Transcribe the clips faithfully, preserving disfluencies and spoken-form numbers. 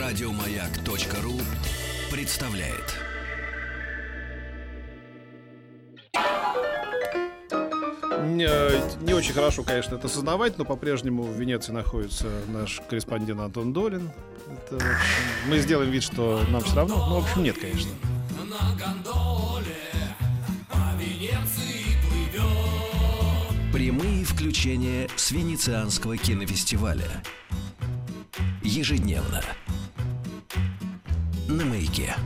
Радиомаяк.ру представляет. Не, не очень хорошо, конечно, это осознавать, но по-прежнему в Венеции находится наш корреспондент Антон Долин. Это, в общем, мы сделаем вид, что нам все равно. Ну, в общем, нет, конечно. На гондоле по Венеции плывет. Прямые включения с Венецианского кинофестиваля. Ежедневно. На Маяке.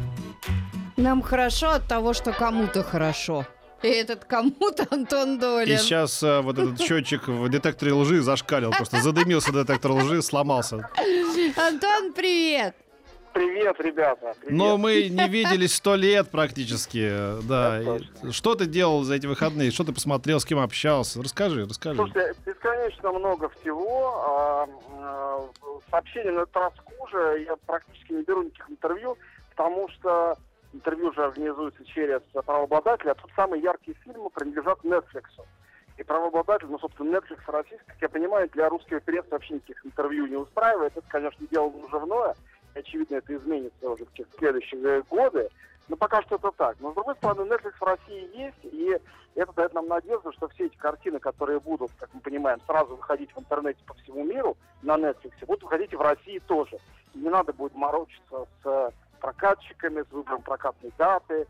Нам хорошо от того, что кому-то хорошо. И этот кому-то Антон Долин. И сейчас а, вот этот счетчик в детекторе лжи зашкалил, просто задымился детектор лжи, сломался. Антон, привет! Привет, ребята. Привет. Но мы не виделись сто лет практически. Да. Да, что ты делал за эти выходные? Что ты посмотрел, с кем общался? Расскажи, расскажи. Слушайте, бесконечно много всего. А, а, сообщений на троску же я практически не беру никаких интервью, потому что интервью же организуется через правообладателя. А тут самые яркие фильмы принадлежат Netflix. И правообладатель, ну, собственно, Netflix российский, как я понимаю, для русского прессы вообще никаких интервью не устраивает. Это, конечно, дело наживное. Очевидно, это изменится уже в те следующие годы. Но пока что это так. Но, с другой стороны, Netflix в России есть, и это дает нам надежду, что все эти картины, которые будут, как мы понимаем, сразу выходить в интернете по всему миру на Netflix, будут выходить и в России тоже. И не надо будет морочиться с прокатчиками, с выбором прокатной даты,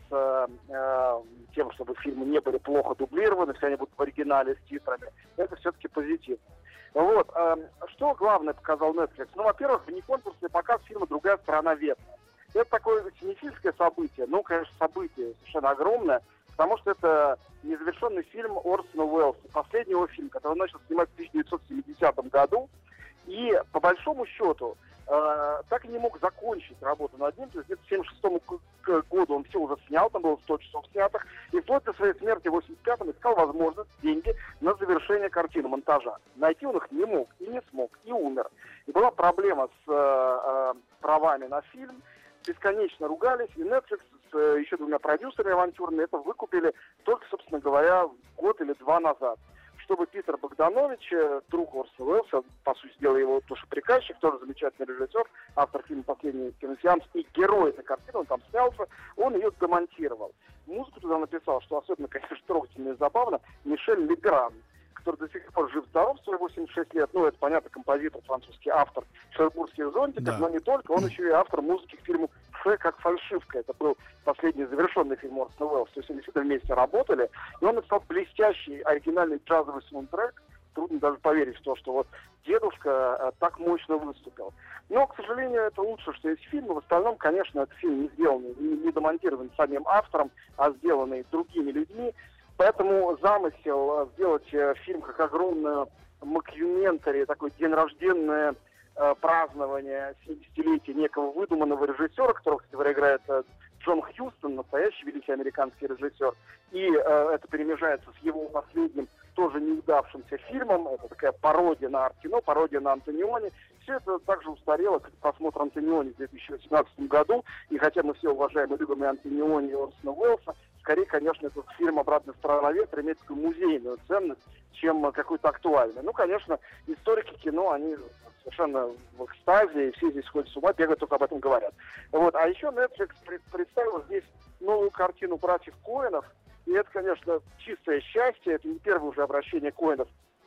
с э, тем, чтобы фильмы не были плохо дублированы, все они будут в оригинале с титрами. Это все-таки позитивно. Вот. Э, что главное показал Netflix? Ну, во-первых, внеконкурсный показ фильма «Другая сторона ветра». Это такое синефильское событие, ну, конечно, событие совершенно огромное, потому что это незавершенный фильм Орсона Уэллса, последний его фильм, который он начал снимать в тысяча девятьсот семидесятом году, и, по большому счету, э, так и не мог закончить работу над ним, то есть где-то к семьдесят шестому году он все уже снял, там было сто часов снятых, и вплоть до своей смерти в восемьдесят пятом искал возможность, деньги на завершение картины, монтажа. Найти он их не мог, и не смог, и умер. И была проблема с э, э, правами на фильм, бесконечно ругались, и Netflix с э, еще двумя продюсерами авантюрными это выкупили только, собственно говоря, год или два назад. Чтобы Питер Богданович, друг Орсона Уэллса, по сути дела его тоже приказчик, тоже замечательный режиссер, автор фильма «Последний киносеанс» и герой этой картины, он там снялся, он ее демонтировал. Музыку туда написал, что особенно, конечно, трогательно и забавно, Мишель Легран, который до сих пор жив-здоров, в свои восемьдесят шесть лет. Ну, это, понятно, композитор, французский автор «Шербургских зонтиков», да. Но не только, он еще и автор музыки к фильму «Ф как фальшивка». Это был последний завершенный фильм Орсона Уэллса. То есть они действительно вместе работали. И он написал блестящий оригинальный джазовый саундтрек. Трудно даже поверить в то, что вот дедушка а, так мощно выступил. Но, к сожалению, это лучше, что есть фильм. В остальном, конечно, этот фильм не сделанный, не, не домонтированный самим автором, а сделанный другими людьми. Поэтому замысел сделать э, фильм как огромную мокюментари, такой день рождения, э, празднование семидесятилетия некого выдуманного режиссера, которого, кстати говоря, играет э, Джон Хьюстон, настоящий великий американский режиссер, и э, это перемежается с его последним, тоже неудавшимся фильмом. Это такая пародия на Артино, пародия на Антониони. Все это также устарело, как просмотр Антониони в две тысячи восемнадцатом году. И хотя мы все уважаем и любим и Антониони, и Орсона Уэллса, скорее, конечно, этот фильм «Обратная сторона ветра» имеет такую музейную ценность, чем какую-то актуальную. Ну, конечно, историки кино, они совершенно в экстазе, и все здесь ходят с ума, бегают, только об этом говорят. Вот. А еще Netflix представил здесь новую картину братьев Коэнов, и это, конечно, чистое счастье, это не первое уже обращение Коэнов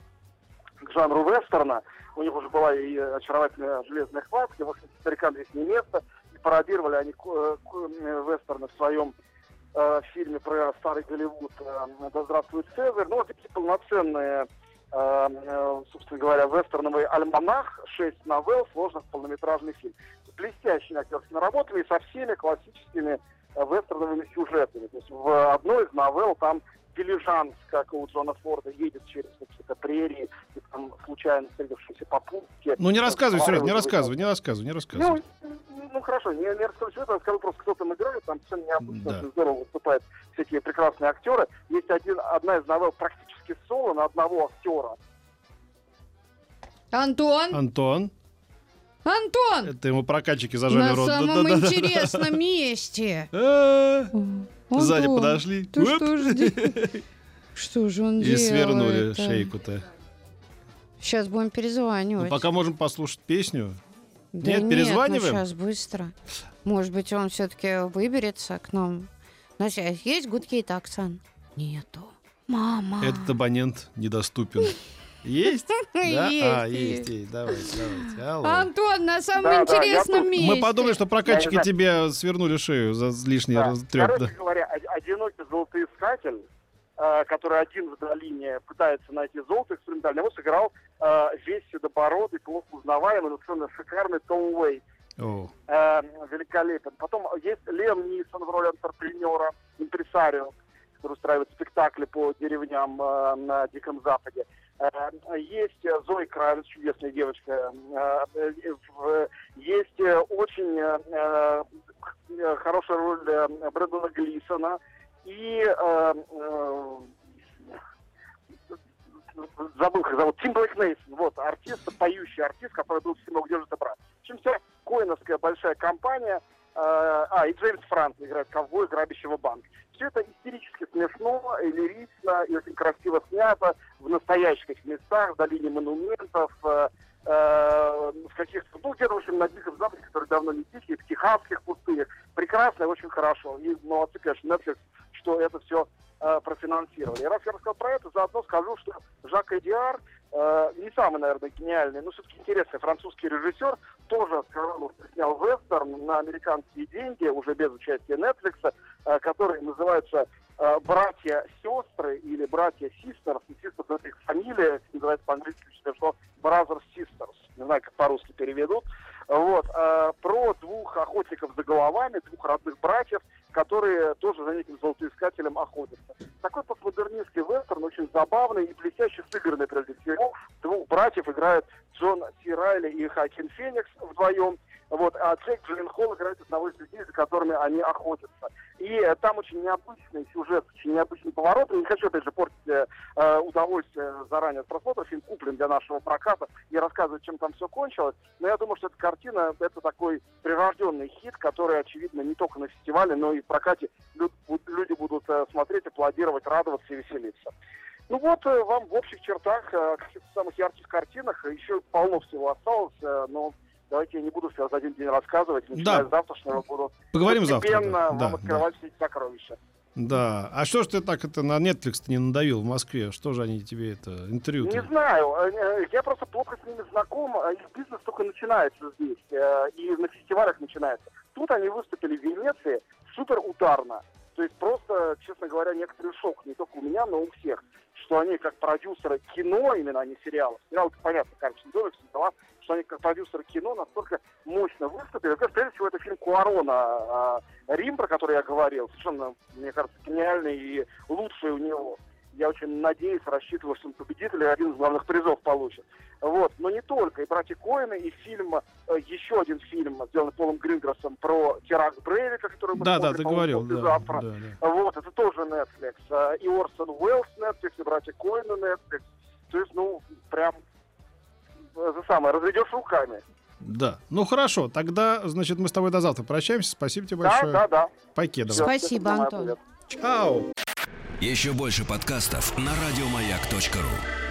к жанру вестерна. У них уже была и очаровательная «Железная хватка», в «Старикам здесь не место», и пародировали они вестерны в своем в фильме про старый Голливуд «Да здравствует Цезарь». Ну, вот эти полноценные, собственно говоря, вестерновый альманах, шесть новелл, сложных полнометражный фильм. Блестящими актерскими работами и со всеми классическими вестерновыми сюжетами. То есть в одной из новелл там дилижанс, как у Джона Форда, едет через какие-то прерии, и там случайно встретившиеся попутки. Ну, не рассказывай, Серег, не рассказывай, не рассказывай, не рассказывай. Ну, ну хорошо, не, не расскажу сюжет, я скажу просто, кто там играет, там совершенно необычно, да. Очень здорово выступают всякие прекрасные актеры. Есть один, одна из новелл практически соло на одного актера. Антон? Антон? Антон! Это ему прокатчики зажали на рот. На самом Да-да-да. интересном месте. Сзади подошли. Ты что же Что же он делает? И свернули шейку-то. Сейчас будем перезванивать. Ну, пока можем послушать песню. Да Нет, перезваниваем? ну сейчас быстро. Может быть, он все-таки выберется к нам. На связь есть гудки, Оксан? Нету. Мама. Этот абонент недоступен. Есть? Да? Есть, А, есть. есть, есть. Давайте, давайте. Алло. Антон, на самом Да, да, интересном я тут. месте. Мы подумали, что прокатчики Я не тебе свернули шею за лишний Да. раз трёп. Короче говоря, о- одинокий золотоискатель, э, который один в долине пытается найти золото экспериментально, его сыграл э, весь седобородый, плохо узнаваемый, но совершенно шикарный Том Уэйтс. О, Э, великолепен. Потом есть Лем Нисон в роли антрепренера, импресарио, который устраивает спектакли по деревням э, на Диком Западе. Э, есть э, Зои Кравец, чудесная девочка. Э, э, в- есть э, очень э, э, хорошая роль э, Брэндона Глисона. И э, э, забыл, как зовут, Тим Блэк Нейсон, вот, артист, поющий артист, который был в фильме «Где же ты, брат?». В общем, вся коэновская большая компания, э, а, и Джеймс Франко играет ковбоя, грабящего банк. Все это истерически смешно, и лирично, и очень красиво снято, в настоящих местах, в долине монументов, э, э, в каких-то, ну, где-то, в общем, на Диком Западе, который давно не дикий, в техасских пустынях. Прекрасно и очень хорошо. И молодцы, конечно, Netflix, что это все э, профинансировали. И раз я рассказал про это, заодно скажу, что Жак Эдиар э, не самый, наверное, гениальный, но все-таки интересный французский режиссер, тоже сказал, снял вестерн на американские деньги, уже без участия Netflix, э, который называется э, «Братья-сестры» или «Братья-систерс». И «Систерс» — это их фамилия, называется по-английски, что «Brothers Sisters». Не знаю, как по-русски переведут. Вот. Э, про двух охотников за головами, двух родных братьев, которые тоже за неким золотоискателем охотятся. Такой постмодернистский вестерн, очень забавный и блестяще сыгранный прежде всего. Двух братьев играют Джон Си Райли и Хоакин Феникс вдвоем. Вот, а Джейк Джилленхол играет одного из людей, за которыми они охотятся. И э, там очень необычный сюжет, очень необычный поворот. И не хочу, опять же, портить э, э, удовольствие заранее от просмотра. Фильм куплен для нашего проката и рассказывать, чем там все кончилось. Но я думаю, что эта картина — это такой прирожденный хит, который, очевидно, не только на фестивале, но и в прокате лю- люди будут э, смотреть, аплодировать, радоваться и веселиться. Ну вот, э, вам в общих чертах, э, каких-то самых ярких картинах, еще полно всего осталось, э, но давайте я не буду все за один день рассказывать. Начиная Да. с завтрашнего буду Поговорим завтра. постепенно Да, вам да, открывать все эти сокровища. да. А что ж ты так это на Netflix не надавил в Москве? Что же они тебе это интервью? Не знаю, э, я просто плохо с ними знаком, а их бизнес только начинается здесь, э, и на фестивалях начинается. Тут они выступили в Венеции супер ударно. То есть просто, честно говоря, некоторый шок, не только у меня, но у всех, что они как продюсеры кино, именно а не сериалов, сериалы, понятно, карточный домик, все дела, что они как продюсеры кино настолько мощно выступили. Во-первых, прежде всего, это фильм Куарона «Рим», про который я говорил, совершенно, мне кажется, гениальный и лучший у него. Я очень надеюсь, рассчитываю, что он победитель и один из главных призов получит. Вот. Но не только. И «Братья Коэны», и фильм, еще один фильм, сделанный Полом Гринграссом, про теракт Брейвика, который мы Да, да, смотрим, ты по-моему, говорил. Да, послезавтра. да, да. Вот, это тоже Netflix. И Орсон Уэллс Netflix, и «Братья Коэны» Netflix. То есть, ну, прям это самое, разведешь руками. Да. Ну хорошо, тогда, значит, мы с тобой до завтра прощаемся. Спасибо тебе Да, большое. да, да. Покедова. Всё, Спасибо, всё, Антон. привет. Чао. Еще больше подкастов на радиомаяк точка ру.